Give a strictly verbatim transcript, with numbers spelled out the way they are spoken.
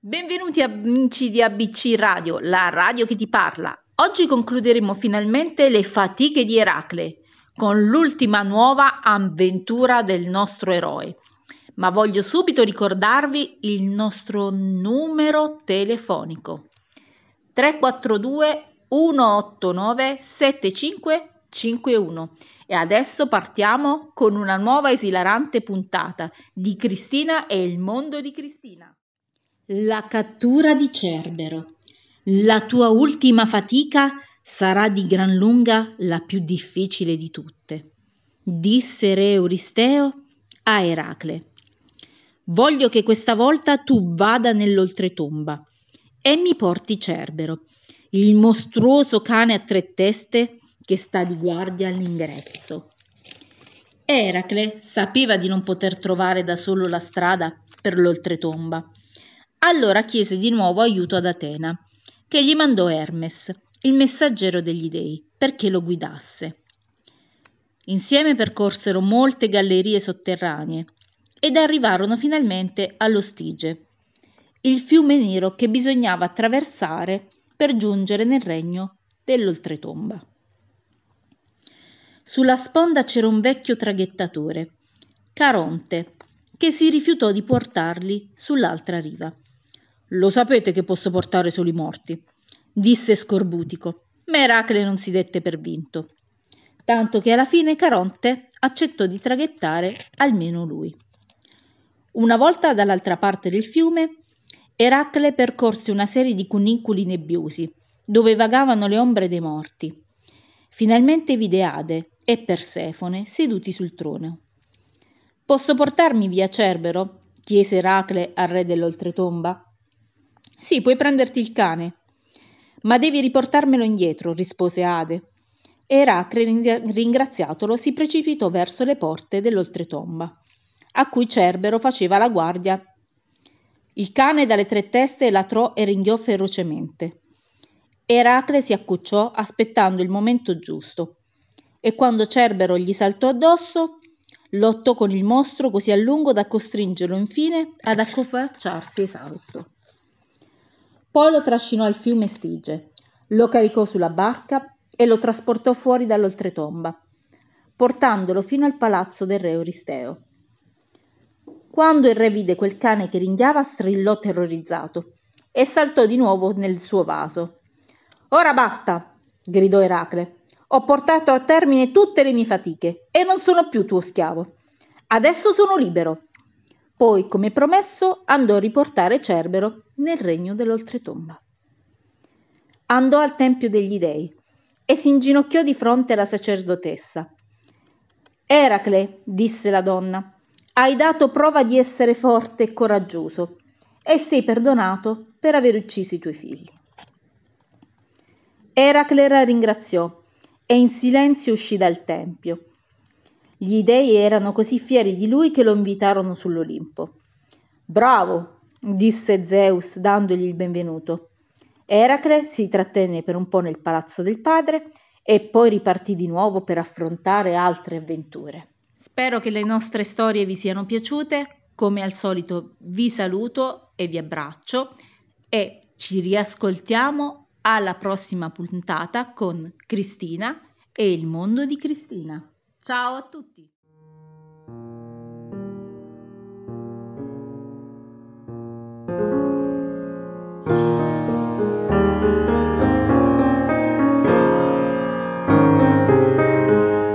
Benvenuti amici di A B C Radio, la radio che ti parla. Oggi concluderemo finalmente le fatiche di Eracle con l'ultima nuova avventura del nostro eroe. Ma voglio subito ricordarvi il nostro numero telefonico tre quattro due uno otto nove sette cinque cinque uno. E adesso partiamo con una nuova esilarante puntata di Cristina e il mondo di Cristina. La cattura di Cerbero. La tua ultima fatica sarà di gran lunga la più difficile di tutte, disse re Euristeo a Eracle. Voglio che questa volta tu vada nell'oltretomba e mi porti Cerbero, il mostruoso cane a tre teste che sta di guardia all'ingresso. Eracle sapeva di non poter trovare da solo la strada per l'oltretomba. Allora chiese di nuovo aiuto ad Atena, che gli mandò Hermes, il messaggero degli dei, perché lo guidasse. Insieme percorsero molte gallerie sotterranee ed arrivarono finalmente allo Stige, il fiume nero che bisognava attraversare per giungere nel regno dell'oltretomba. Sulla sponda c'era un vecchio traghettatore, Caronte, che si rifiutò di portarli sull'altra riva. «Lo sapete che posso portare solo i morti», disse scorbutico, ma Eracle non si dette per vinto, tanto che alla fine Caronte accettò di traghettare almeno lui. Una volta dall'altra parte del fiume, Eracle percorse una serie di cunicoli nebbiosi, dove vagavano le ombre dei morti. Finalmente vide Ade e Persefone seduti sul trono. «Posso portarmi via Cerbero?» chiese Eracle al re dell'oltretomba. «Sì, puoi prenderti il cane, ma devi riportarmelo indietro», rispose Ade. E Eracle, ringraziatolo, si precipitò verso le porte dell'oltretomba, a cui Cerbero faceva la guardia. Il cane dalle tre teste latrò e ringhiò ferocemente. Eracle si accucciò aspettando il momento giusto, e quando Cerbero gli saltò addosso, lottò con il mostro così a lungo da costringerlo infine ad accovacciarsi esausto. Poi lo trascinò al fiume Stige, lo caricò sulla barca e lo trasportò fuori dall'oltretomba, portandolo fino al palazzo del re Euristeo. Quando il re vide quel cane che ringhiava, strillò terrorizzato e saltò di nuovo nel suo vaso. «Ora basta!» gridò Eracle. «Ho portato a termine tutte le mie fatiche e non sono più tuo schiavo. Adesso sono libero». Poi, come promesso, andò a riportare Cerbero nel regno dell'oltretomba. Andò al tempio degli dei e si inginocchiò di fronte alla sacerdotessa. «Eracle», disse la donna, «hai dato prova di essere forte e coraggioso e sei perdonato per aver ucciso i tuoi figli». Eracle la ringraziò e in silenzio uscì dal tempio. Gli dei erano così fieri di lui che lo invitarono sull'Olimpo. «Bravo», disse Zeus dandogli il benvenuto. Eracle si trattenne per un po' nel palazzo del padre e poi ripartì di nuovo per affrontare altre avventure. Spero che le nostre storie vi siano piaciute. Come al solito vi saluto e vi abbraccio e ci riascoltiamo alla prossima puntata con Cristina e il mondo di Cristina. Ciao a tutti!